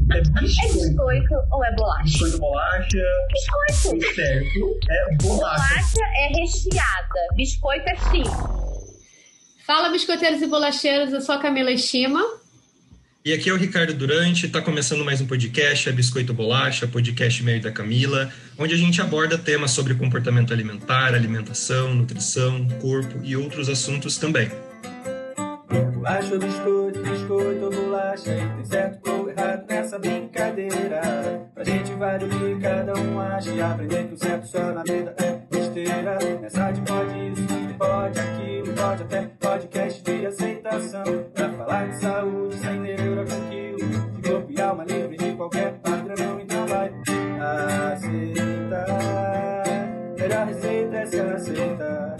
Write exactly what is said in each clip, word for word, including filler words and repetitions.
É biscoito. É biscoito ou é bolacha? Biscoito, bolacha. Biscoito. Certo. É bolacha. Bolacha é recheada. Biscoito é sim. Fala, biscoiteiros e bolacheiros, eu sou a Camila Estima. E aqui é o Ricardo Durante, está começando mais um podcast, é Biscoito Bolacha, podcast meio da Camila, onde a gente aborda temas sobre comportamento alimentar, alimentação, nutrição, corpo e outros assuntos também. Bolacha ou biscoito, biscoito ou bolacha, tem certo ou errado nessa brincadeira. Pra gente vale o que cada um acha e aprender que o certo só na vida é besteira. Nessa de pode isso, pode aquilo, pode até podcast de aceitação. Pra falar de saúde sem neura com quilo, de corpo e alma livre de qualquer padrão. Então vai aceitar, melhor receita é se aceitar.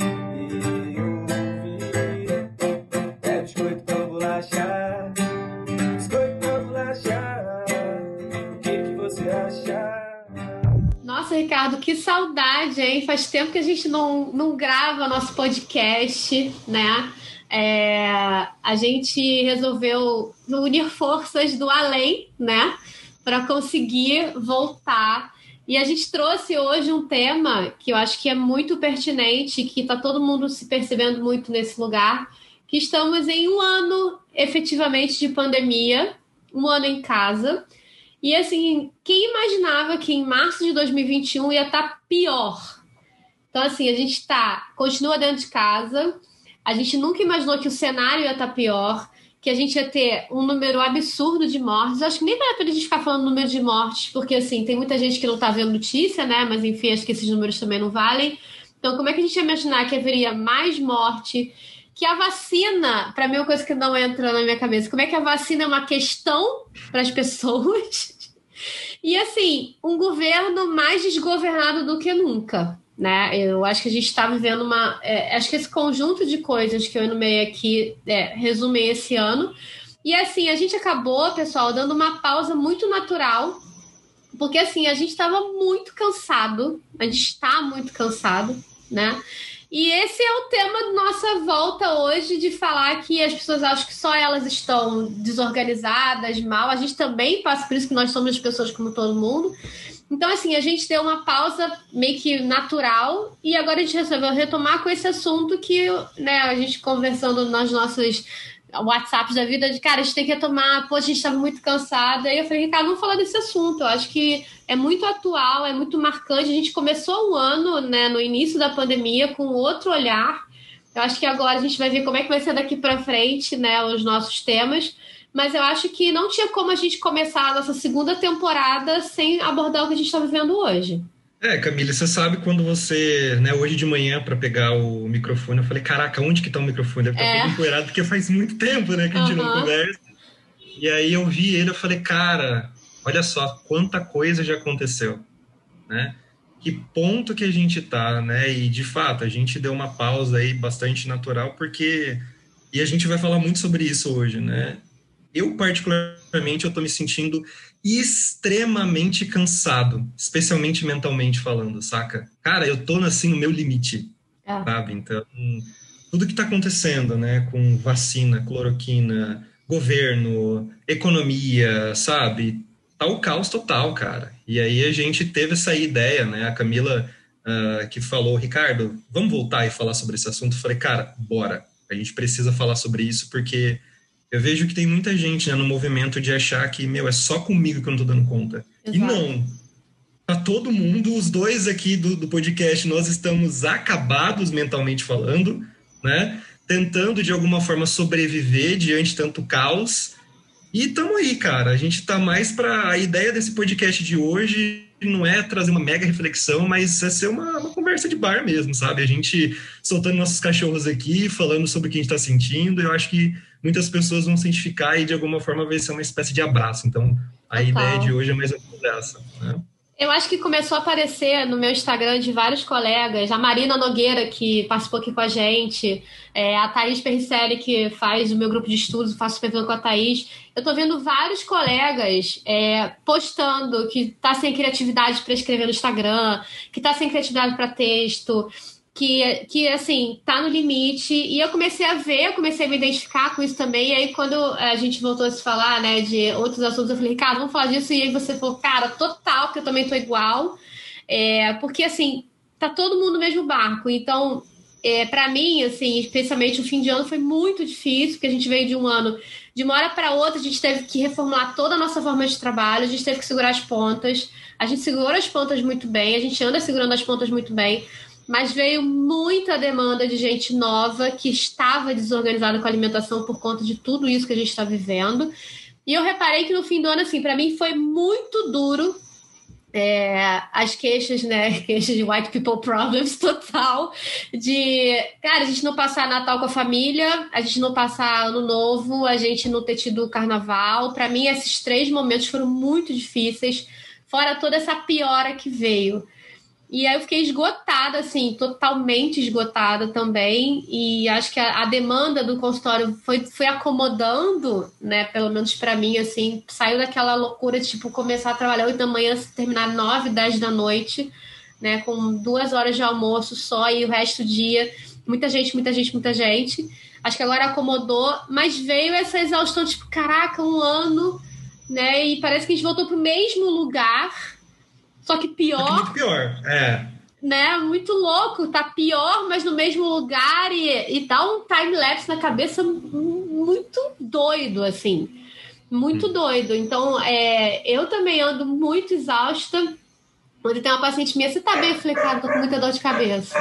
Nossa, Ricardo, que saudade, hein? Faz tempo que a gente não, não grava nosso podcast, né? É, a gente resolveu unir forças do além, né? Para conseguir voltar. E a gente trouxe hoje um tema que eu acho que é muito pertinente, que está todo mundo se percebendo muito nesse lugar, que estamos em um ano, efetivamente, de pandemia, um ano em casa. E assim, quem imaginava que em março de dois mil e vinte e um ia estar pior? Então assim, a gente tá, continua dentro de casa, a gente nunca imaginou que o cenário ia estar pior, que a gente ia ter um número absurdo de mortes. Eu acho que nem vale a pena a gente ficar falando número de mortes, porque assim, tem muita gente que não tá vendo notícia, né? Mas enfim, acho que esses números também não valem. Então como é que a gente ia imaginar que haveria mais morte? Que a vacina, para mim é uma coisa que não entra na minha cabeça. Como é que a vacina é uma questão para as pessoas? E assim, um governo mais desgovernado do que nunca, né? Eu acho que a gente está vivendo uma... É, acho que esse conjunto de coisas que eu enumerei aqui é, resumem esse ano. E assim, a gente acabou, pessoal, dando uma pausa muito natural, porque assim, a gente estava muito cansado, a gente está muito cansado, né? E esse é o tema da nossa volta hoje, de falar que as pessoas acham que só elas estão desorganizadas, mal. A gente também passa por isso, que nós somos pessoas como todo mundo. Então, assim, a gente deu uma pausa meio que natural e agora a gente resolveu retomar com esse assunto que, né, a gente conversando nas nossas WhatsApps da vida, de cara, a gente tem que retomar, pô, a gente estava muito cansada. E eu falei, Ricardo, vamos falar desse assunto. Eu acho que é muito atual, é muito marcante. A gente começou o ano, né, no início da pandemia, com outro olhar. Eu acho que agora a gente vai ver como é que vai ser daqui para frente, né, os nossos temas. Mas eu acho que não tinha como a gente começar a nossa segunda temporada sem abordar o que a gente está vivendo hoje. É, Camila, você sabe quando você, né, hoje de manhã para pegar o microfone, eu falei, caraca, onde que tá o microfone? Deve estar é. todo empoeirado, porque faz muito tempo, né, que a gente uhum. não conversa. E aí eu vi ele, eu falei, cara, olha só quanta coisa já aconteceu, né? Que ponto que a gente tá, né? E de fato, a gente deu uma pausa aí bastante natural, porque... E a gente vai falar muito sobre isso hoje, né? Eu, particularmente, eu tô me sentindo extremamente cansado, especialmente mentalmente falando, saca? Cara, eu tô, assim, no meu limite, é. sabe? Então, tudo que tá acontecendo, né? Com vacina, cloroquina, governo, economia, sabe? Tá o caos total, cara. E aí a gente teve essa ideia, né? A Camila uh, que falou, Ricardo, vamos voltar e falar sobre esse assunto? Eu falei, cara, bora. A gente precisa falar sobre isso, porque... eu vejo que tem muita gente, né, no movimento de achar que, meu, é só comigo que eu não tô dando conta. Exato. E não. Tá todo mundo, os dois aqui do, do podcast, nós estamos acabados mentalmente falando, né? Tentando, de alguma forma, sobreviver diante de tanto caos. E tamo aí, cara. A gente tá mais pra... A ideia desse podcast de hoje não é trazer uma mega reflexão, mas é ser uma, uma conversa de bar mesmo, sabe? A gente soltando nossos cachorros aqui, falando sobre o que a gente tá sentindo. Eu acho que muitas pessoas vão se identificar e, de alguma forma, vai ser uma espécie de abraço. Então, a Total. ideia de hoje é mais ou menos essa, né? Eu acho que começou a aparecer no meu Instagram de vários colegas, a Marina Nogueira, que participou aqui com a gente, é, a Thaís Perricelli, que faz o meu grupo de estudos, faço supervisão com a Thaís. Eu tô vendo vários colegas é, postando que tá sem criatividade para escrever no Instagram, que tá sem criatividade para texto, que, que, assim, tá no limite. E eu comecei a ver, eu comecei a me identificar com isso também. E aí, quando a gente voltou a se falar, né, de outros assuntos, eu falei, Ricardo, vamos falar disso. E aí você falou, cara, total, porque eu também tô igual. É, porque, assim, tá todo mundo no mesmo barco. Então, é, pra mim, assim, especialmente o fim de ano foi muito difícil, porque a gente veio de um ano, de uma hora para outra, a gente teve que reformular toda a nossa forma de trabalho, a gente teve que segurar as pontas. A gente segurou as pontas muito bem, a gente anda segurando as pontas muito bem, mas veio muita demanda de gente nova que estava desorganizada com a alimentação por conta de tudo isso que a gente está vivendo. E eu reparei que no fim do ano, assim, para mim foi muito duro. É, as queixas, né? Queixas de white people problems total. De, cara, a gente não passar Natal com a família, a gente não passar Ano Novo, a gente não ter tido Carnaval. Para mim, esses três momentos foram muito difíceis, fora toda essa piora que veio. E aí eu fiquei esgotada, assim, totalmente esgotada também. E acho que a, a demanda do consultório foi, foi acomodando, né? Pelo menos pra mim, assim, saiu daquela loucura de, tipo, começar a trabalhar oito da manhã, terminar nove, dez da noite, né? Com duas horas de almoço só e o resto do dia. Muita gente, muita gente, muita gente. Acho que agora acomodou, mas veio essa exaustão, tipo, caraca, um ano, né? E parece que a gente voltou pro mesmo lugar. Só que pior. Só que muito pior, é. Né? Muito louco, tá pior, mas no mesmo lugar e, e dá um time-lapse na cabeça muito doido, assim. Muito hum. doido. Então, é, eu também ando muito exausta. Quando tem uma paciente minha, você tá bem? Eu falei, cara, tô com muita dor de cabeça.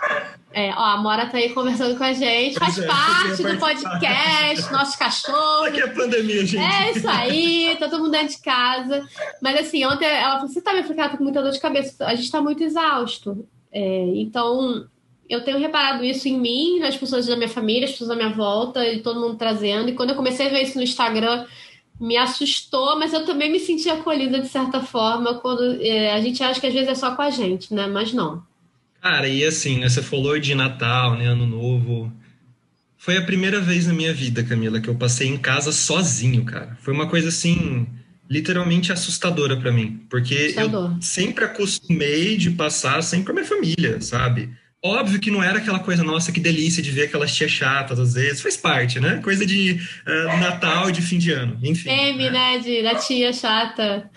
É, ó, a Mora tá aí conversando com a gente, faz é, parte do podcast, nossos cachorros. Aqui é a pandemia, gente. É isso aí, tá todo mundo dentro de casa. Mas assim, ontem ela falou, você tá me falando, tô com muita dor de cabeça, a gente tá muito exausto. É, então, eu tenho reparado isso em mim, nas pessoas da minha família, as pessoas da minha volta, e todo mundo trazendo. E quando eu comecei a ver isso no Instagram, me assustou, mas eu também me senti acolhida de certa forma, quando é, a gente acha que às vezes é só com a gente, né? Mas não. Cara, e assim, né, você falou de Natal, né, Ano Novo. Foi a primeira vez na minha vida, Camila, que eu passei em casa sozinho, cara. Foi uma coisa, assim, literalmente assustadora pra mim. Porque Assustador. eu sempre acostumei de passar sempre com a minha família, sabe? Óbvio que não era aquela coisa, nossa, que delícia de ver aquelas tias chatas, às vezes. Faz parte, né? Coisa de uh, Natal e de fim de ano, enfim. Meme, né? né, de, da tia chata.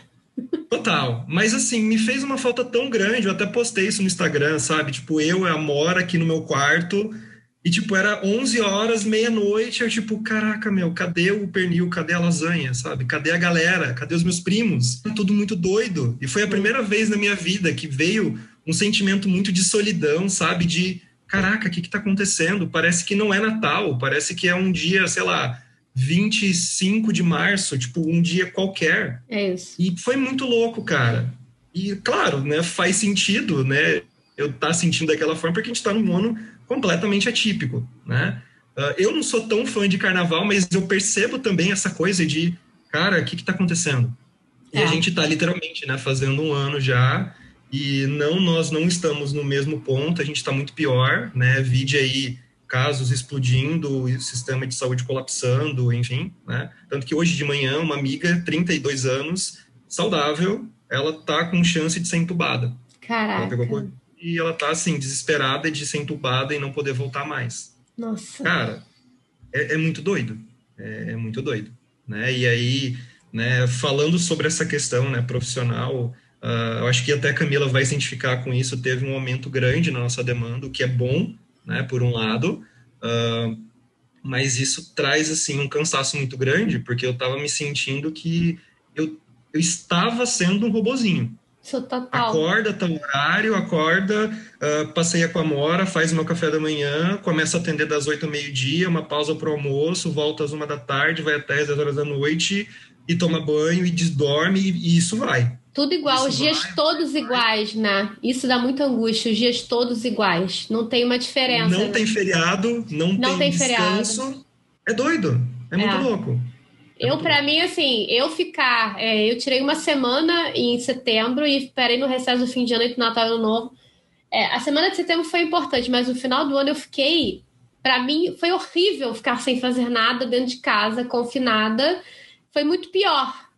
Total, mas assim, me fez uma falta tão grande, eu até postei isso no Instagram, sabe, tipo, eu e a Mora aqui no meu quarto, e tipo, era onze horas, meia-noite, eu tipo, caraca, meu, cadê o pernil, cadê a lasanha, sabe, cadê a galera, cadê os meus primos, tudo muito doido, e foi a primeira vez na minha vida que veio um sentimento muito de solidão, sabe, de, caraca, o que que tá acontecendo, parece que não é Natal, parece que é um dia, sei lá, vinte e cinco de março, tipo, um dia qualquer. É isso. E foi muito louco, cara. E, claro, né, faz sentido, né, eu tá sentindo daquela forma porque a gente tá num ano completamente atípico, né? Uh, eu não sou tão fã de carnaval, mas eu percebo também essa coisa de, cara, o que que tá acontecendo? E é. a gente tá literalmente, né, fazendo um ano já, e não, nós não estamos no mesmo ponto, a gente tá muito pior, né, vide aí casos explodindo, o sistema de saúde colapsando, enfim, né? Tanto que hoje de manhã, uma amiga, trinta e dois anos, saudável, ela tá com chance de ser entubada. Caraca. Ela pegou, e ela tá, assim, desesperada de ser entubada e não poder voltar mais. Nossa. Cara, é, é muito doido. É, é muito doido, né? E aí, né, falando sobre essa questão, né, profissional, uh, eu acho que até a Camila vai se identificar com isso, teve um aumento grande na nossa demanda, o que é bom, né, por um lado, uh, mas isso traz, assim, um cansaço muito grande, porque eu estava me sentindo que eu, eu estava sendo um robozinho. Isso total. Acorda, tá no horário, acorda, uh, passeia com a Mora, faz o meu café da manhã, começa a atender das oito ao meio-dia, uma pausa pro almoço, volta às uma da tarde, vai até às dez horas da noite, e toma banho, e desdorme, e, e isso vai. Tudo igual, Isso os dias vai, todos vai. iguais, né? Isso dá muita angústia, os dias todos iguais. Não tem uma diferença. Não né? tem feriado, não, não tem, tem descanso. Feriado. É doido, é, é. muito louco. É eu, muito pra louco. mim, assim, eu ficar... É, eu tirei uma semana em setembro e esperei no recesso do fim de ano, entre Natal e Ano Novo. É, a semana de setembro foi importante, mas no final do ano eu fiquei... Pra mim, foi horrível ficar sem fazer nada dentro de casa, confinada. Foi muito pior.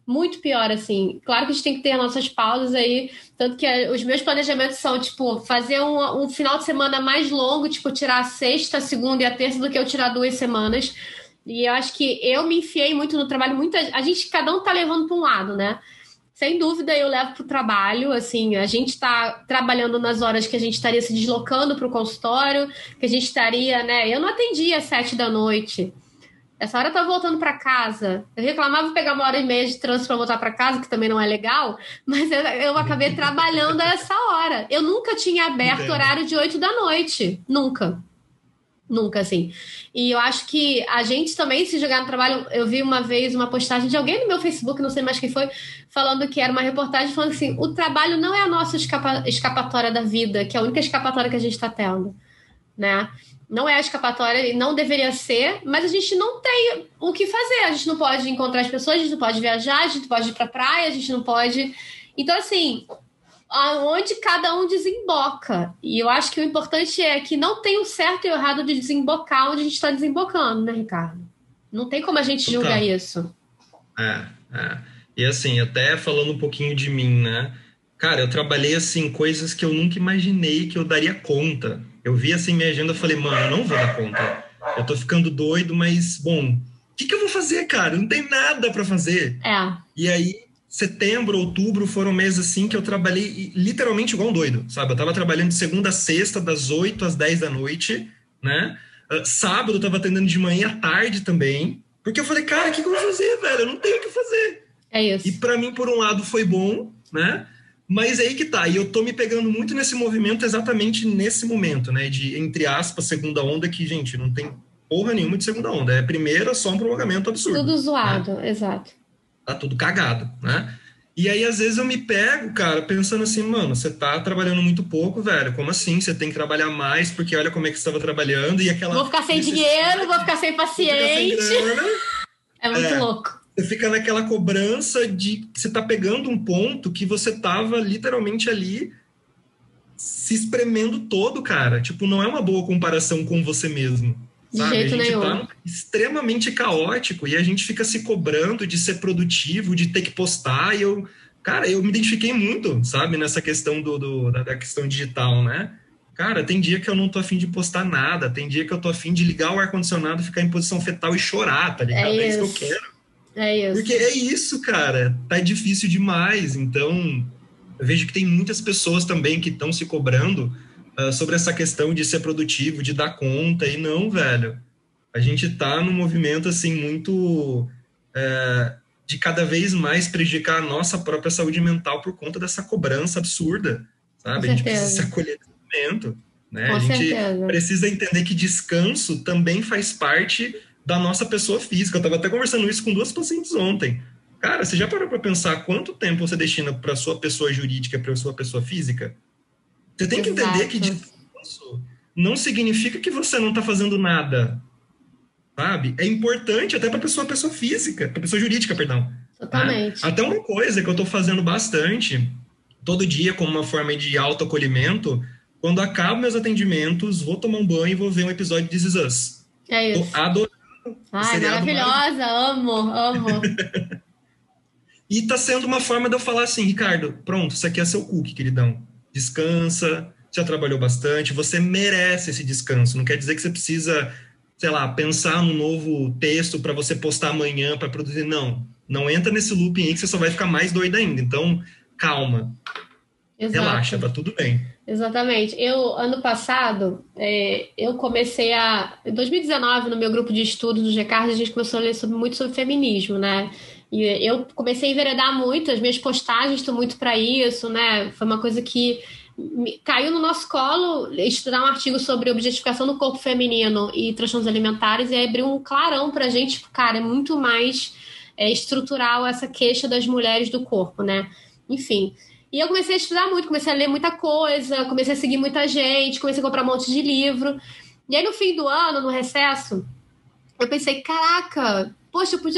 Muito pior, assim. Claro que a gente tem que ter nossas pausas aí, tanto que os meus planejamentos são, tipo, fazer um, um final de semana mais longo, tipo, tirar a sexta, a segunda e a terça do que eu tirar duas semanas. E eu acho que eu me enfiei muito no trabalho, muita, a gente, cada um tá levando para um lado, né? Sem dúvida, eu levo pro trabalho, assim, a gente tá trabalhando nas horas que a gente estaria se deslocando pro consultório, que a gente estaria, né? Eu não atendia às sete da noite. Essa hora eu tava voltando para casa. Eu reclamava de pegar uma hora e meia de trânsito para voltar para casa, que também não é legal, mas eu, eu acabei trabalhando a essa hora. Eu nunca tinha aberto Entendo. horário de oito da noite. Nunca. Nunca, assim. E eu acho que a gente também, se jogar no trabalho... Eu vi uma vez uma postagem de alguém no meu Facebook, não sei mais quem foi, falando que era uma reportagem falando assim, o trabalho não é a nossa escapa, escapatória da vida, que é a única escapatória que a gente está tendo, né? Não é a escapatória e não deveria ser, mas a gente não tem o que fazer. A gente não pode encontrar as pessoas, a gente não pode viajar, a gente não pode ir pra praia, a gente não pode... Então, assim, aonde cada um desemboca. E eu acho que o importante é que não tem o certo e o errado de desembocar onde a gente está desembocando, né, Ricardo? Não tem como a gente julgar tá. isso. É, é. E assim, até falando um pouquinho de mim, né? Cara, eu trabalhei, assim, coisas que eu nunca imaginei que eu daria conta. Eu vi, assim, minha agenda e falei, mano, eu não vou dar conta. Eu tô ficando doido, mas, bom, o que, que eu vou fazer, cara? Não tem nada pra fazer. É. E aí, setembro, outubro, foram meses, assim, que eu trabalhei literalmente igual um doido, sabe? Eu tava trabalhando de segunda a sexta, das oito às dez da noite, né? Uh, sábado eu tava atendendo de manhã à tarde também, porque eu falei, cara, o que, que eu vou fazer, velho? Eu não tenho o que fazer. É isso. E pra mim, por um lado, foi bom, né? Mas aí que tá, e eu tô me pegando muito nesse movimento exatamente nesse momento, né, de, entre aspas, segunda onda, que, gente, não tem porra nenhuma de segunda onda, é primeira, só um prolongamento absurdo. Tudo zoado, né? Exato. Tá tudo cagado, né? E aí, às vezes, eu me pego, cara, pensando assim, mano, você tá trabalhando muito pouco, velho, como assim? Você tem que trabalhar mais, porque olha como é que você tava trabalhando, e aquela... Vou ficar sem dinheiro, vou ficar sem paciente. Vou ficar sem grana. É muito é. louco. Você fica naquela cobrança de que você tá pegando um ponto que você tava literalmente ali se espremendo todo, cara. Tipo, não é uma boa comparação com você mesmo. Sabe? De jeito a gente nenhum. tá extremamente caótico e a gente fica se cobrando de ser produtivo, de ter que postar. E eu, cara, eu me identifiquei muito, sabe, nessa questão do, do, da, da questão digital, né? Cara, tem dia que eu não tô afim de postar nada, tem dia que eu tô afim de ligar o ar-condicionado, ficar em posição fetal e chorar, tá ligado? É, é isso que eu quero. É isso. Porque é isso, cara. Tá difícil demais. Então, eu vejo que tem muitas pessoas também que estão se cobrando uh, sobre essa questão de ser produtivo, de dar conta. E não, velho. A gente tá num movimento, assim, muito... Uh, de cada vez mais prejudicar a nossa própria saúde mental por conta dessa cobrança absurda, sabe? Com a gente certeza. precisa se acolher nesse momento, né? Com a gente certeza. precisa entender que descanso também faz parte... da nossa pessoa física. Eu estava até conversando isso com duas pacientes ontem. Cara, você já parou para pensar quanto tempo você destina para a sua pessoa jurídica e para a sua pessoa física? Você tem que Exato. entender que descanso não significa que você não está fazendo nada, sabe? É importante até para a pessoa, pessoa física, para a pessoa jurídica, perdão. Totalmente. Tá? Até uma coisa que eu estou fazendo bastante, todo dia, como uma forma de autoacolhimento, quando acabo meus atendimentos, vou tomar um banho e vou ver um episódio de This Is Us. É isso. Tô adorando. Ai, maravilhosa, amo, amo. E tá sendo uma forma de eu falar assim, Ricardo, pronto, isso aqui é seu cookie, queridão. Descansa, já trabalhou bastante, você merece esse descanso. Não quer dizer que você precisa, sei lá, pensar num novo texto para você postar amanhã, para produzir. Não, não entra nesse looping aí que você só vai ficar mais doido ainda. Então, calma. Exato. Relaxa, tá tudo bem. Exatamente. Eu, ano passado, é, eu comecei a... Em dois mil e dezenove, no meu grupo de estudos do G-Card, a gente começou a ler sobre, muito sobre feminismo, né? E eu comecei a enveredar muito, as minhas postagens estão muito para isso, né? Foi uma coisa que me, caiu no nosso colo estudar um artigo sobre objetificação do corpo feminino e transtornos alimentares, e aí abriu um clarão pra gente, tipo, cara, é muito mais é, estrutural essa queixa das mulheres do corpo, né? Enfim... E eu comecei a estudar muito, comecei a ler muita coisa, comecei a seguir muita gente, comecei a comprar um monte de livro. E aí, no fim do ano, no recesso, eu pensei, caraca, poxa, eu podia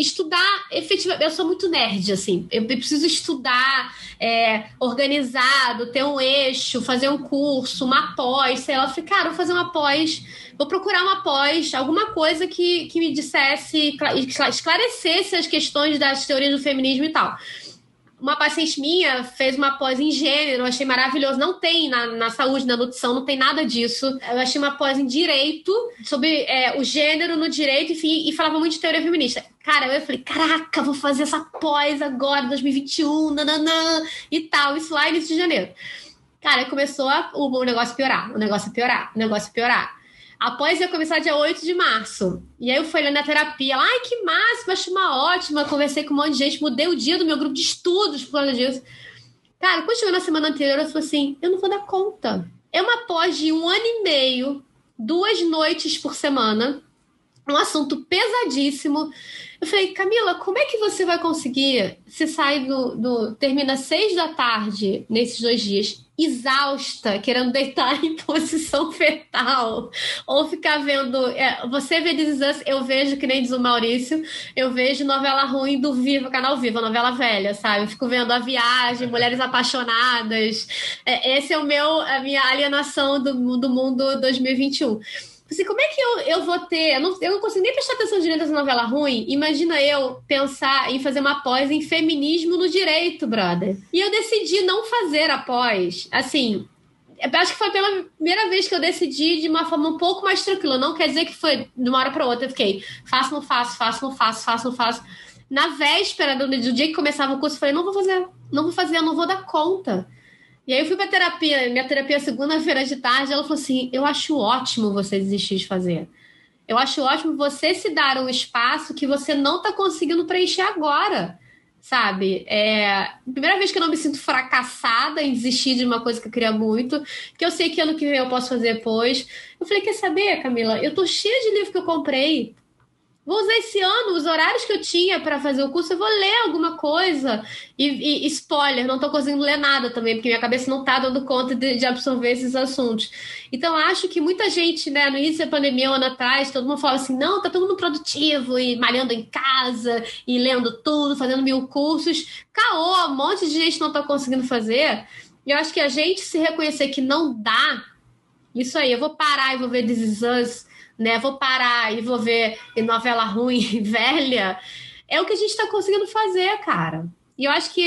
estudar efetivamente. Eu sou muito nerd, assim. Eu preciso estudar é, organizado, ter um eixo, fazer um curso, uma pós, sei lá. Eu falei, cara, vou fazer uma pós, vou procurar uma pós, alguma coisa que, que me dissesse, esclarecesse as questões das teorias do feminismo e tal. Uma paciente minha fez uma pós em gênero, eu achei maravilhoso. Não tem na, na saúde, na nutrição, não tem nada disso. Eu achei uma pós em direito, sobre é, o gênero no direito, enfim, e falava muito de teoria feminista. Cara, eu falei, caraca, vou fazer essa pós agora, dois mil e vinte e um, nananã, e tal, isso lá início de janeiro. Cara, começou a, o, o negócio a piorar, o negócio a piorar, o negócio a piorar. A pós ia começar dia oito de março. E aí eu fui lá na terapia. Ai, que massa, achei uma ótima. Conversei com um monte de gente. Mudei o dia do meu grupo de estudos por causa disso. Cara, quando chegou na semana anterior, eu falei assim, eu não vou dar conta. É uma pós de um ano e meio, duas noites por semana. Um assunto pesadíssimo. Eu falei, Camila, como é que você vai conseguir se sair do, do... Termina seis da tarde nesses dois dias, exausta, querendo deitar em posição fetal, ou ficar vendo... É, você vê This Is Us, eu vejo, que nem diz o Maurício, eu vejo novela ruim do Viva, canal Viva, novela velha, sabe? Eu fico vendo A Viagem, Mulheres Apaixonadas. É, esse é o meu, a minha alienação do, do mundo dois mil e vinte e um. Assim, como é que eu, eu vou ter... Eu não, eu não consigo nem prestar atenção direito nessa novela ruim. Imagina eu pensar em fazer uma pós em feminismo no direito, brother. E eu decidi não fazer a pós. Assim, acho que foi pela primeira vez que eu decidi de uma forma um pouco mais tranquila. Não quer dizer que foi de uma hora para outra. Eu fiquei, faço, não faço, faço, não faço, faço, não faço. Na véspera do, do dia que começava o curso, eu falei, não vou fazer, não vou fazer, eu não vou dar conta. E aí eu fui pra terapia, minha terapia segunda-feira de tarde, ela falou assim, eu acho ótimo você desistir de fazer. Eu acho ótimo você se dar um espaço que você não tá conseguindo preencher agora, sabe? É a primeira vez que eu não me sinto fracassada em desistir de uma coisa que eu queria muito, que eu sei que ano que vem eu posso fazer depois. Eu falei, quer saber, Camila? Eu tô cheia de livro que eu comprei. Vou usar esse ano, os horários que eu tinha para fazer o curso, eu vou ler alguma coisa. E, e spoiler, não tô conseguindo ler nada também, porque minha cabeça não tá dando conta de, de absorver esses assuntos. Então, acho que muita gente, né, no início da pandemia, um ano atrás, todo mundo fala assim, não, tá todo mundo produtivo, e malhando em casa, e lendo tudo, fazendo mil cursos. Caô, um monte de gente não tá conseguindo fazer. E eu acho que a gente se reconhecer que não dá, isso aí, eu vou parar e vou ver This Is Us, né, vou parar e vou ver novela ruim, velha, é o que a gente está conseguindo fazer, cara. E eu acho que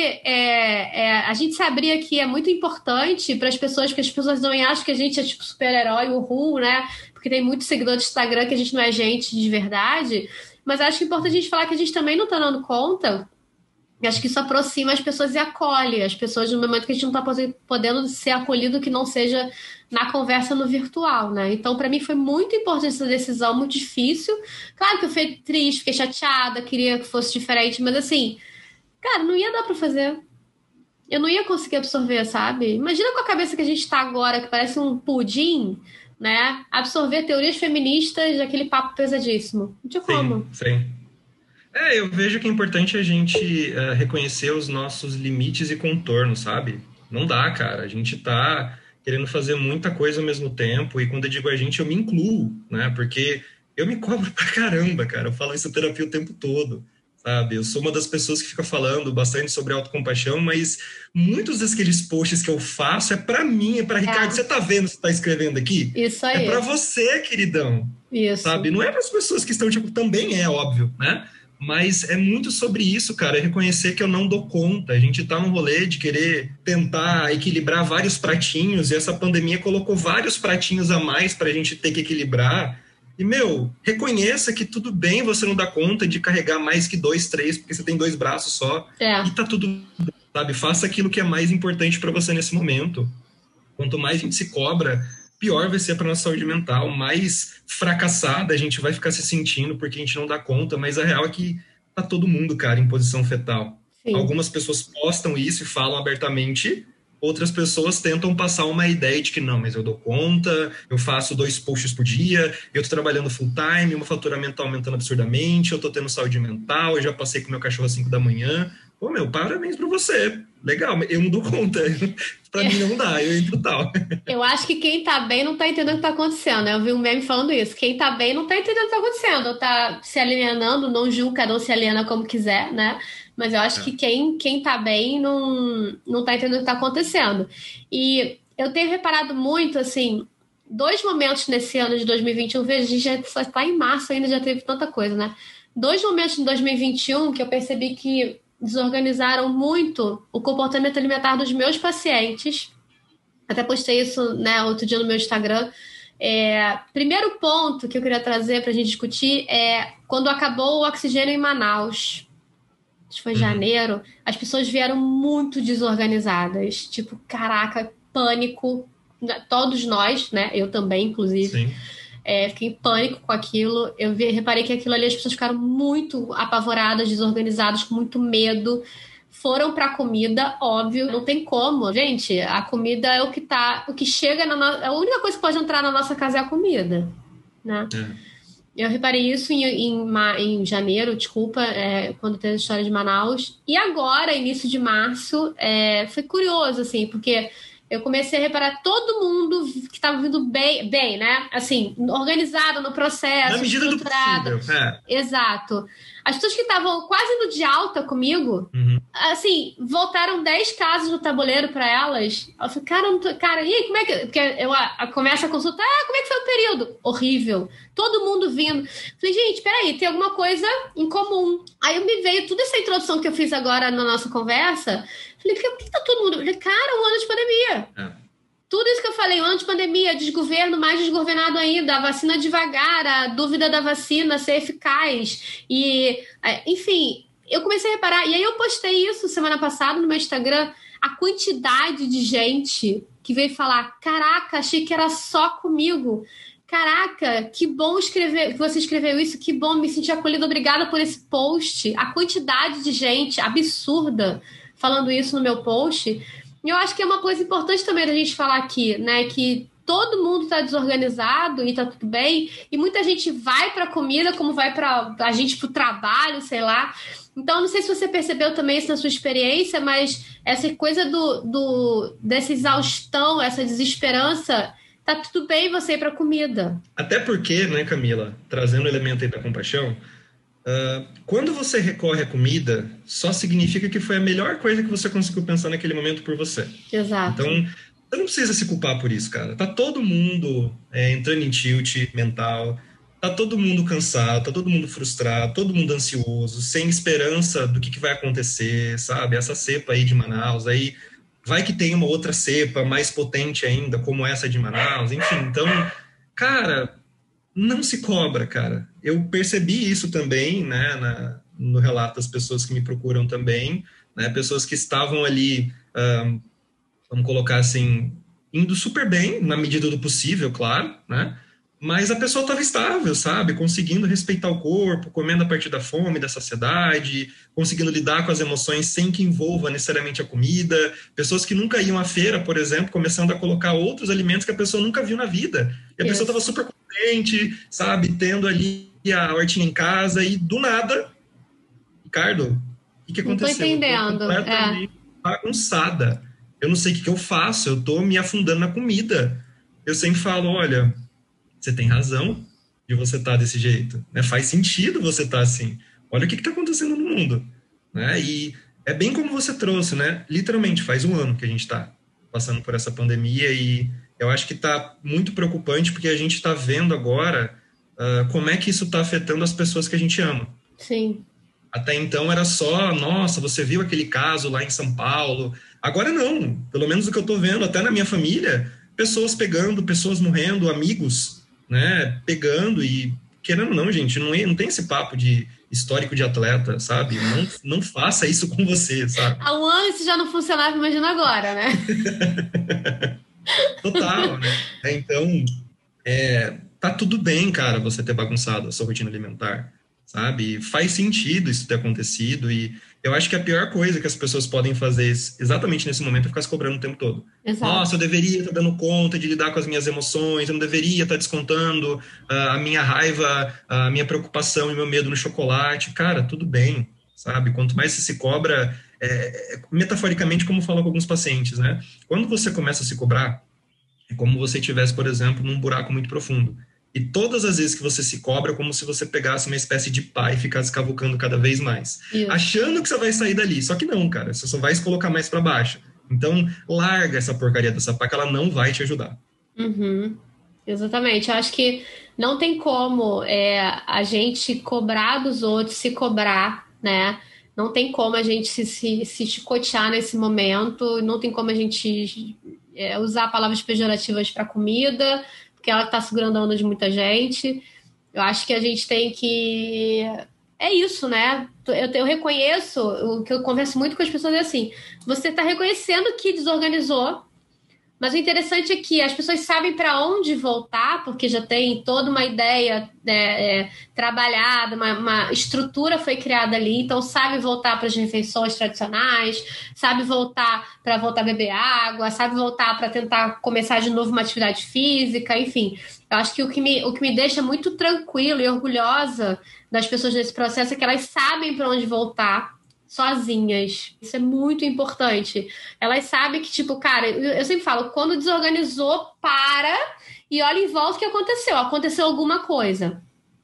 é, é, a gente se abrir aqui é muito importante para as pessoas, porque as pessoas não acham que a gente é tipo super-herói, uhul, né? Porque tem muito seguidor de Instagram que a gente não é gente de verdade. Mas acho que é importante a gente falar que a gente também não está dando conta. E acho que isso aproxima as pessoas e acolhe as pessoas no momento que a gente não está podendo ser acolhido, que não seja na conversa no virtual, né? Então, para mim, foi muito importante essa decisão, muito difícil. Claro que eu fiquei triste, fiquei chateada, queria que fosse diferente, mas assim, cara, não ia dar para fazer. Eu não ia conseguir absorver, sabe? Imagina com a cabeça que a gente tá agora, que parece um pudim, né? Absorver teorias feministas, aquele papo pesadíssimo. Não tinha como. Sim, sim. É, eu vejo que é importante a gente uh, reconhecer os nossos limites e contornos, sabe? Não dá, cara. A gente tá querendo fazer muita coisa ao mesmo tempo, e quando eu digo a gente, eu me incluo, né? Porque eu me cobro pra caramba, cara. Eu falo isso na terapia o tempo todo, sabe? Eu sou uma das pessoas que fica falando bastante sobre autocompaixão, mas muitos daqueles posts que eu faço é pra mim, é pra Ricardo. É. Você tá vendo, você tá escrevendo aqui? Isso aí. É pra você, queridão. Isso. Sabe? Não é pras pessoas que estão, tipo, também é óbvio, né? Mas é muito sobre isso, cara, é reconhecer que eu não dou conta. A gente tá num rolê de querer tentar equilibrar vários pratinhos, e essa pandemia colocou vários pratinhos a mais pra gente ter que equilibrar. E, meu, reconheça que tudo bem você não dar conta de carregar mais que dois, três, porque você tem dois braços só. É. E tá tudo bem, sabe? Faça aquilo que é mais importante pra você nesse momento. Quanto mais a gente se cobra, pior vai ser para nossa saúde mental, mais fracassada a gente vai ficar se sentindo porque a gente não dá conta, mas a real é que tá todo mundo, cara, em posição fetal. Sim. Algumas pessoas postam isso e falam abertamente, outras pessoas tentam passar uma ideia de que não, mas eu dou conta, eu faço dois posts por dia, eu tô trabalhando full time, meu faturamento tá aumentando absurdamente, eu tô tendo saúde mental, eu já passei com meu cachorro às cinco da manhã. Pô, meu, parabéns pra você. Legal, eu não dou conta. Pra mim não dá, eu entro tal. Eu acho que quem tá bem não tá entendendo o que tá acontecendo. Eu vi um meme falando isso. Quem tá bem não tá entendendo o que tá acontecendo. Ou tá se alienando, não julga, cada um se aliena como quiser, né? Mas eu acho é. que quem, quem tá bem não, não tá entendendo o que tá acontecendo. E eu tenho reparado muito, assim, dois momentos nesse ano de dois mil e vinte e um. Veja, a gente já só tá em março ainda, já teve tanta coisa, né? Dois momentos em dois mil e vinte e um que eu percebi que desorganizaram muito o comportamento alimentar dos meus pacientes. Até postei isso, né, outro dia no meu Instagram. É, primeiro ponto que eu queria trazer para a gente discutir é quando acabou o oxigênio em Manaus. Acho que foi em janeiro. As pessoas vieram muito desorganizadas. Tipo, caraca, pânico. Todos nós, né? Eu também, inclusive. Sim. É, fiquei em pânico com aquilo. Eu vi, reparei que aquilo ali as pessoas ficaram muito apavoradas, desorganizadas, com muito medo. Foram pra comida, óbvio, não tem como. Gente, a comida é o que tá, o que chega na nossa. A única coisa que pode entrar na nossa casa é a comida, né? É. Eu reparei isso em, em, em janeiro, desculpa, é, quando teve a história de Manaus. E agora, início de março, é, foi curioso, assim, porque eu comecei a reparar todo mundo que estava vindo bem, bem, né? Assim, organizado no processo, na medida estruturado. Do possível. É. Exato. As pessoas que estavam quase no de alta comigo, uhum. assim, voltaram dez casos no tabuleiro para elas. Eu falei, cara, não tô, cara, e aí, como é que... Porque eu a, a, começo a consultar, ah, como é que foi o período? Horrível. Todo mundo vindo. Falei, gente, peraí, tem alguma coisa em comum. Aí me veio toda essa introdução que eu fiz agora na nossa conversa. Falei, por que tá todo mundo... Falei, cara, um ano de pandemia. É. Tudo isso que eu falei, um ano de pandemia, desgoverno mais desgovernado ainda, a vacina devagar, a dúvida da vacina ser eficaz. E, enfim, eu comecei a reparar. E aí eu postei isso semana passada no meu Instagram, a quantidade de gente que veio falar, caraca, achei que era só comigo. Caraca, que bom escrever, que você escreveu isso, que bom, me senti acolhida, obrigada por esse post. A quantidade de gente absurda falando isso no meu post. E eu acho que é uma coisa importante também da gente falar aqui, né? Que todo mundo está desorganizado e tá tudo bem. E muita gente vai para a comida como vai para a gente para o trabalho, sei lá. Então, não sei se você percebeu também isso na sua experiência, mas essa coisa do, do, dessa exaustão, essa desesperança, tá tudo bem você ir para a comida. Até porque, né, Camila, trazendo o elemento aí da compaixão, Uh, quando você recorre à comida, só significa que foi a melhor coisa que você conseguiu pensar naquele momento por você. Exato. Então, você não precisa se culpar por isso, cara. Tá todo mundo é, entrando em tilt mental, tá todo mundo cansado, tá todo mundo frustrado, todo mundo ansioso, sem esperança do que, que vai acontecer, sabe? Essa cepa aí de Manaus, aí vai que tem uma outra cepa mais potente ainda, como essa de Manaus, enfim. Então, cara... não se cobra, cara. Eu percebi isso também, né, na, no relato das pessoas que me procuram também, né, pessoas que estavam ali, um, vamos colocar assim, indo super bem, na medida do possível, claro, né, mas a pessoa estava estável, sabe, conseguindo respeitar o corpo, comendo a partir da fome, da saciedade, conseguindo lidar com as emoções sem que envolva necessariamente a comida, pessoas que nunca iam à feira, por exemplo, começando a colocar outros alimentos que a pessoa nunca viu na vida, e a yes. pessoa estava super contente, sabe, tendo ali a hortinha em casa, e do nada, Ricardo, o que, que aconteceu? Não tô entendendo. Eu tô completamente é. bagunçada, eu não sei o que, que eu faço, eu tô me afundando na comida, eu sempre falo, olha... você tem razão de você estar desse jeito, né? Faz sentido você estar assim. Olha o que está acontecendo no mundo, né? E é bem como você trouxe, né? Literalmente, faz um ano que a gente está passando por essa pandemia e eu acho que está muito preocupante porque a gente está vendo agora uh, como é que isso está afetando as pessoas que a gente ama. Sim. Até então era só, nossa, você viu aquele caso lá em São Paulo. Agora não, pelo menos o que eu estou vendo, até na minha família, pessoas pegando, pessoas morrendo, amigos, né, pegando e, querendo ou não, gente, não, é, não tem esse papo de histórico de atleta, sabe? Não, não faça isso com você, sabe? Há um ano isso já não funcionava, imagina agora, né? Total, né? Então, é, tá tudo bem, cara, você ter bagunçado a sua rotina alimentar, sabe? Faz sentido isso ter acontecido e eu acho que a pior coisa que as pessoas podem fazer exatamente nesse momento é ficar se cobrando o tempo todo. Exato. Nossa, eu deveria estar dando conta de lidar com as minhas emoções, eu não deveria estar descontando uh, a minha raiva, a minha preocupação e meu medo no chocolate. Cara, tudo bem, sabe? Quanto mais você se cobra, é, metaforicamente, como eu falo com alguns pacientes, né? Quando você começa a se cobrar, é como você estivesse, por exemplo, num buraco muito profundo. E todas as vezes que você se cobra, é como se você pegasse uma espécie de pá e ficasse cavucando cada vez mais. Isso. Achando que você vai sair dali. Só que não, cara. Você só vai se colocar mais para baixo. Então, larga essa porcaria dessa pá, que ela não vai te ajudar. Uhum. Exatamente. Eu acho que não tem como é, a gente cobrar dos outros, se cobrar, né? Não tem como a gente se, se, se chicotear nesse momento. Não tem como a gente é, usar palavras pejorativas para comida, porque ela está segurando a onda de muita gente. Eu acho que a gente tem que... É isso, né? Eu, eu reconheço, o que eu converso muito com as pessoas é assim, você está reconhecendo que desorganizou, mas o interessante é que as pessoas sabem para onde voltar, porque já tem toda uma ideia né, é, trabalhada, uma, uma estrutura foi criada ali, então sabe voltar para as refeições tradicionais, sabe voltar para voltar a beber água, sabe voltar para tentar começar de novo uma atividade física, enfim. Eu acho que o que me, o que me deixa muito tranquilo e orgulhosa das pessoas nesse processo é que elas sabem para onde voltar, sozinhas. Isso é muito importante. Elas sabem que, tipo, cara, eu sempre falo, quando desorganizou, para e olha em volta o que aconteceu. Aconteceu alguma coisa.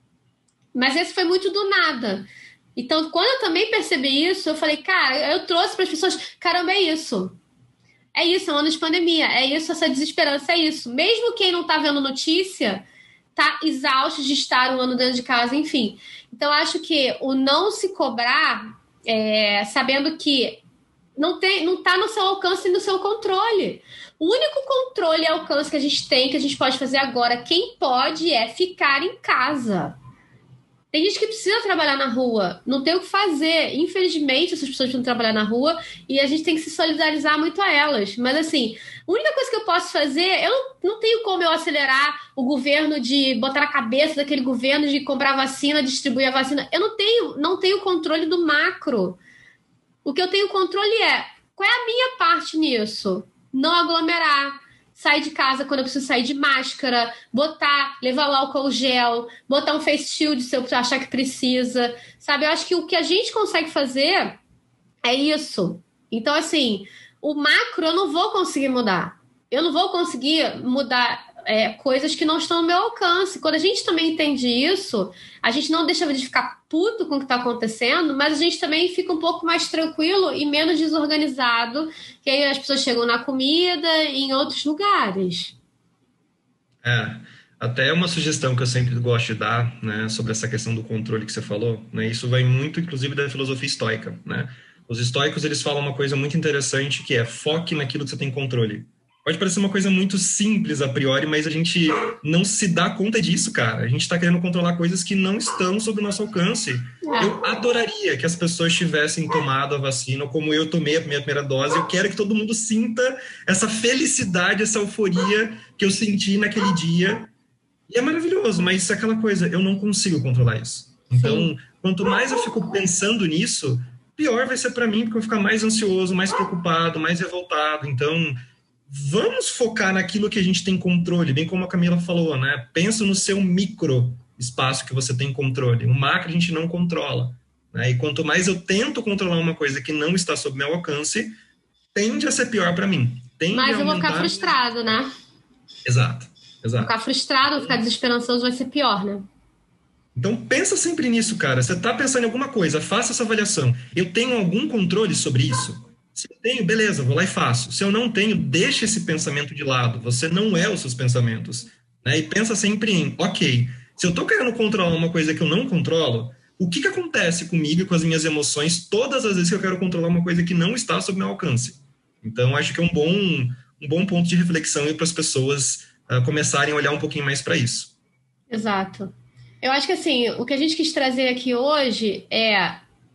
Mas esse foi muito do nada. Então, quando eu também percebi isso, eu falei, cara, eu trouxe para as pessoas, caramba, é isso. É isso, é um ano de pandemia. É isso, essa desesperança, é isso. Mesmo quem não tá vendo notícia, tá exausto de estar um ano dentro de casa, enfim. Então, acho que o não se cobrar... É, sabendo que não tem, não está no seu alcance e no seu controle. O único controle e alcance que a gente tem, que a gente pode fazer agora, quem pode é ficar em casa. Tem gente que precisa trabalhar na rua, não tem o que fazer. Infelizmente, essas pessoas precisam trabalhar na rua e a gente tem que se solidarizar muito a elas. Mas assim, a única coisa que eu posso fazer, eu não, não tenho como eu acelerar o governo de botar na cabeça daquele governo de comprar vacina, distribuir a vacina. Eu não tenho, não tenho controle do macro. O que eu tenho controle é, qual é a minha parte nisso? Não aglomerar. Sair de casa quando eu preciso sair de máscara, botar, levar o álcool gel, botar um face shield se eu achar que precisa, sabe? Eu acho que o que a gente consegue fazer é isso. Então, assim, o macro eu não vou conseguir mudar. Eu não vou conseguir mudar é, coisas que não estão no meu alcance. Quando a gente também entende isso, a gente não deixa de ficar puto com o que está acontecendo, mas a gente também fica um pouco mais tranquilo e menos desorganizado, que aí as pessoas chegam na comida e em outros lugares. É, até uma sugestão que eu sempre gosto de dar, né, sobre essa questão do controle que você falou, né, isso vai muito, inclusive, da filosofia estoica, né? Os estoicos, eles falam uma coisa muito interessante, que é foque naquilo que você tem controle. Pode parecer uma coisa muito simples a priori, mas a gente não se dá conta disso, cara. A gente está querendo controlar coisas que não estão sob o nosso alcance. Eu adoraria que as pessoas tivessem tomado a vacina, como eu tomei a minha primeira dose. Eu quero que todo mundo sinta essa felicidade, essa euforia que eu senti naquele dia. E é maravilhoso, mas isso é aquela coisa, eu não consigo controlar isso. Então, Sim. quanto mais eu fico pensando nisso, pior vai ser para mim, porque eu vou ficar mais ansioso, mais preocupado, mais revoltado. Então... vamos focar naquilo que a gente tem controle, bem como a Camila falou, né? Pensa no seu micro espaço que você tem controle. O macro a gente não controla, né? E quanto mais eu tento controlar uma coisa que não está sob meu alcance, tende a ser pior para mim. Tende Mas eu a vou ficar frustrado, né? Exato, exato. Ficar frustrado, ficar desesperançoso vai ser pior, né? Então pensa sempre nisso, cara. Você está pensando em alguma coisa, faça essa avaliação. Eu tenho algum controle sobre isso? Se eu tenho, beleza, vou lá e faço. Se eu não tenho, deixa esse pensamento de lado. Você não é os seus pensamentos. Né? E pensa sempre em, ok, se eu estou querendo controlar uma coisa que eu não controlo, o que, que acontece comigo e com as minhas emoções todas as vezes que eu quero controlar uma coisa que não está sob meu alcance? Então, acho que é um bom, um bom ponto de reflexão para as pessoas uh, começarem a olhar um pouquinho mais para isso. Exato. Eu acho que, assim, o que a gente quis trazer aqui hoje é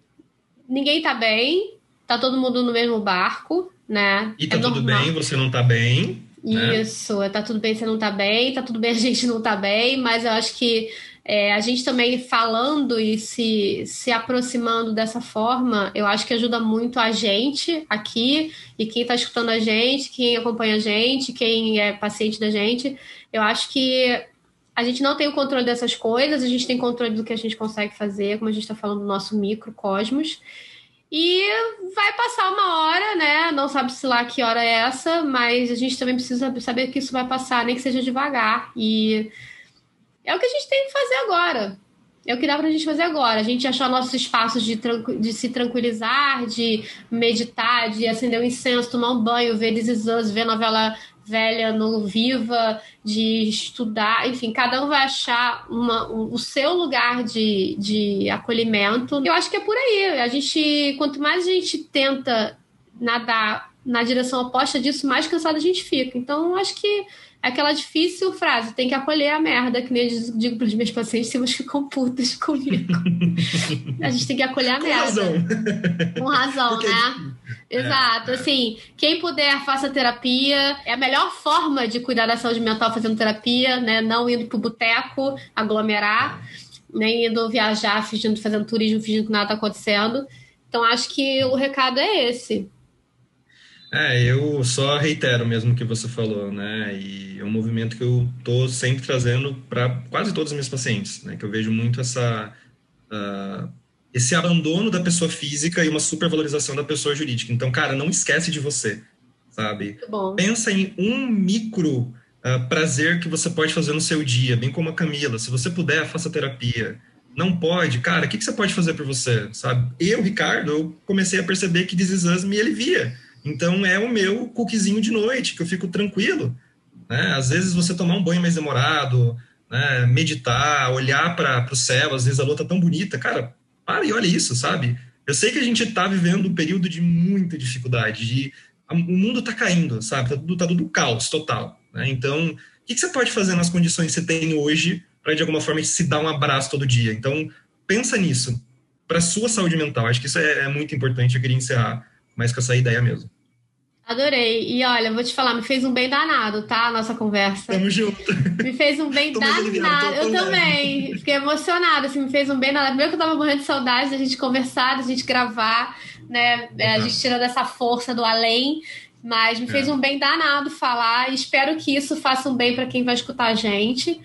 ninguém está bem, tá todo mundo no mesmo barco, né? E tá é tudo normal. bem, você não tá bem. Isso, né? Tá tudo bem, você não tá bem, tá tudo bem, a gente não tá bem, mas eu acho que é, a gente também falando e se, se aproximando dessa forma, eu acho que ajuda muito a gente aqui e quem tá escutando a gente, quem acompanha a gente, quem é paciente da gente. Eu acho que a gente não tem o controle dessas coisas, a gente tem controle do que a gente consegue fazer, como a gente tá falando do nosso microcosmos. E vai passar uma hora, né? Não sabe-se lá que hora é essa, mas a gente também precisa saber que isso vai passar, nem que seja devagar. E é o que a gente tem que fazer agora. É o que dá pra gente fazer agora. A gente achar nossos espaços de, tranqu... de se tranquilizar, de meditar, de acender um incenso, tomar um banho, ver This Is Us, ver novela velha no Viva, de estudar. Enfim, cada um vai achar uma, um, o seu lugar de, de acolhimento. Eu acho que é por aí. A gente, quanto mais a gente tenta nadar na direção oposta disso, mais cansado a gente fica. Então, acho que é aquela difícil frase, tem que acolher a merda, que nem eu digo para os meus pacientes, se eles ficam putas comigo. A gente tem que acolher a Com merda. razão. Com razão, Porque né? é, Exato. é. Assim, quem puder, faça terapia. É a melhor forma de cuidar da saúde mental fazendo terapia, né? Não indo pro boteco, aglomerar, nem indo viajar, fingindo, fazendo turismo, fingindo que nada tá acontecendo. Então, acho que o recado é esse. É, eu só reitero mesmo o que você falou, né? E é um movimento que eu tô sempre trazendo para quase todos os meus pacientes, né? Que eu vejo muito essa, uh, esse abandono da pessoa física e uma supervalorização da pessoa jurídica. Então, cara, não esquece de você, sabe? Muito bom. Pensa em um micro uh, prazer que você pode fazer no seu dia, bem como a Camila. Se você puder, faça terapia. Não pode, cara, o que, que você pode fazer por você, sabe? Eu, Ricardo, eu comecei a perceber que This Is Us me alivia. Então, é o meu cookiezinho de noite, que eu fico tranquilo. Né? Às vezes, você tomar um banho mais demorado, né? Meditar, olhar para o céu, às vezes a lua tá tão bonita. Cara, para e olha isso, sabe? Eu sei que a gente está vivendo um período de muita dificuldade, de, o mundo está caindo, sabe? Tá tudo, tá tudo caos total. Né? Então, o que, que você pode fazer nas condições que você tem hoje para, de alguma forma, se dar um abraço todo dia? Então, pensa nisso, para sua saúde mental. Acho que isso é, é muito importante. Eu queria encerrar mais com essa ideia mesmo. Adorei. E olha, vou te falar, me fez um bem danado, tá? A nossa conversa. Tamo junto. Me fez um bem Tô mais danado. aliviado, tô Eu tão também. leve. Fiquei emocionada, assim, me fez um bem danado. Primeiro que eu tava morrendo de saudade da gente conversar, da gente gravar, né? É, a gente tirando essa força do além. Mas me fez É. um bem danado falar. Espero que isso faça um bem pra quem vai escutar a gente.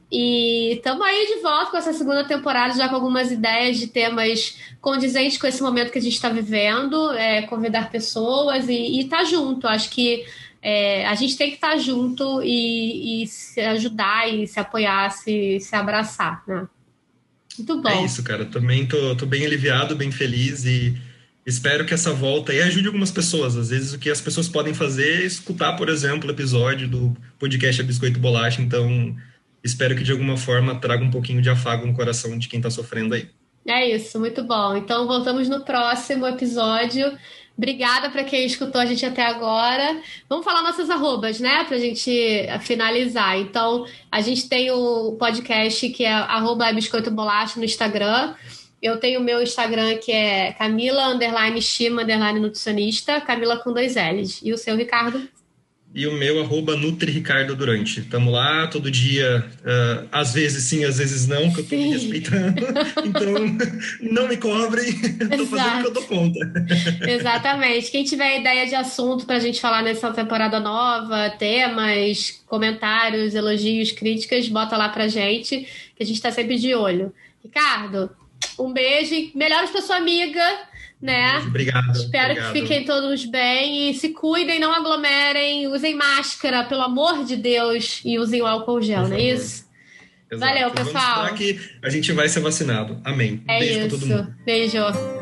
E estamos aí de volta com essa segunda temporada, já com algumas ideias de temas condizentes com esse momento que a gente está vivendo, é, convidar pessoas e estar tá junto. Acho que é, a gente tem que estar tá junto e, e se ajudar e se apoiar, se, se abraçar, né? Muito bom. É isso, cara. Também tô, tô bem aliviado, bem feliz e espero que essa volta aí ajude algumas pessoas. Às vezes o que as pessoas podem fazer é escutar, por exemplo, o episódio do podcast A Biscoito Bolacha. Então, espero que de alguma forma traga um pouquinho de afago no coração de quem tá sofrendo aí. É isso, muito bom. Então, voltamos no próximo episódio. Obrigada para quem escutou a gente até agora. Vamos falar nossas arrobas, né? Pra gente finalizar. Então, a gente tem o podcast que é arroba Biscoito Bolacha no Instagram. Eu tenho o meu Instagram que é Camila underline Shima underline nutricionista, Camila com dois L's. E o seu, Ricardo? E o meu, arroba Nutri Ricardo Durante. Estamos lá todo dia, uh, às vezes sim, às vezes não, que eu tô me respeitando. Então, não me cobrem, estou fazendo o que eu dou conta. Exatamente. Quem tiver ideia de assunto pra gente falar nessa temporada nova, temas, comentários, elogios, críticas, bota lá pra gente, que a gente tá sempre de olho. Ricardo, um beijo e melhoras pra sua amiga, né? Obrigado. Espero obrigado. que fiquem todos bem e se cuidem, não aglomerem, usem máscara, pelo amor de Deus, e usem o álcool gel, não é isso? Exato. Valeu, Vamos pessoal. esperar que a gente vai ser vacinado. Amém. É Beijo isso. pra todo mundo. Beijo.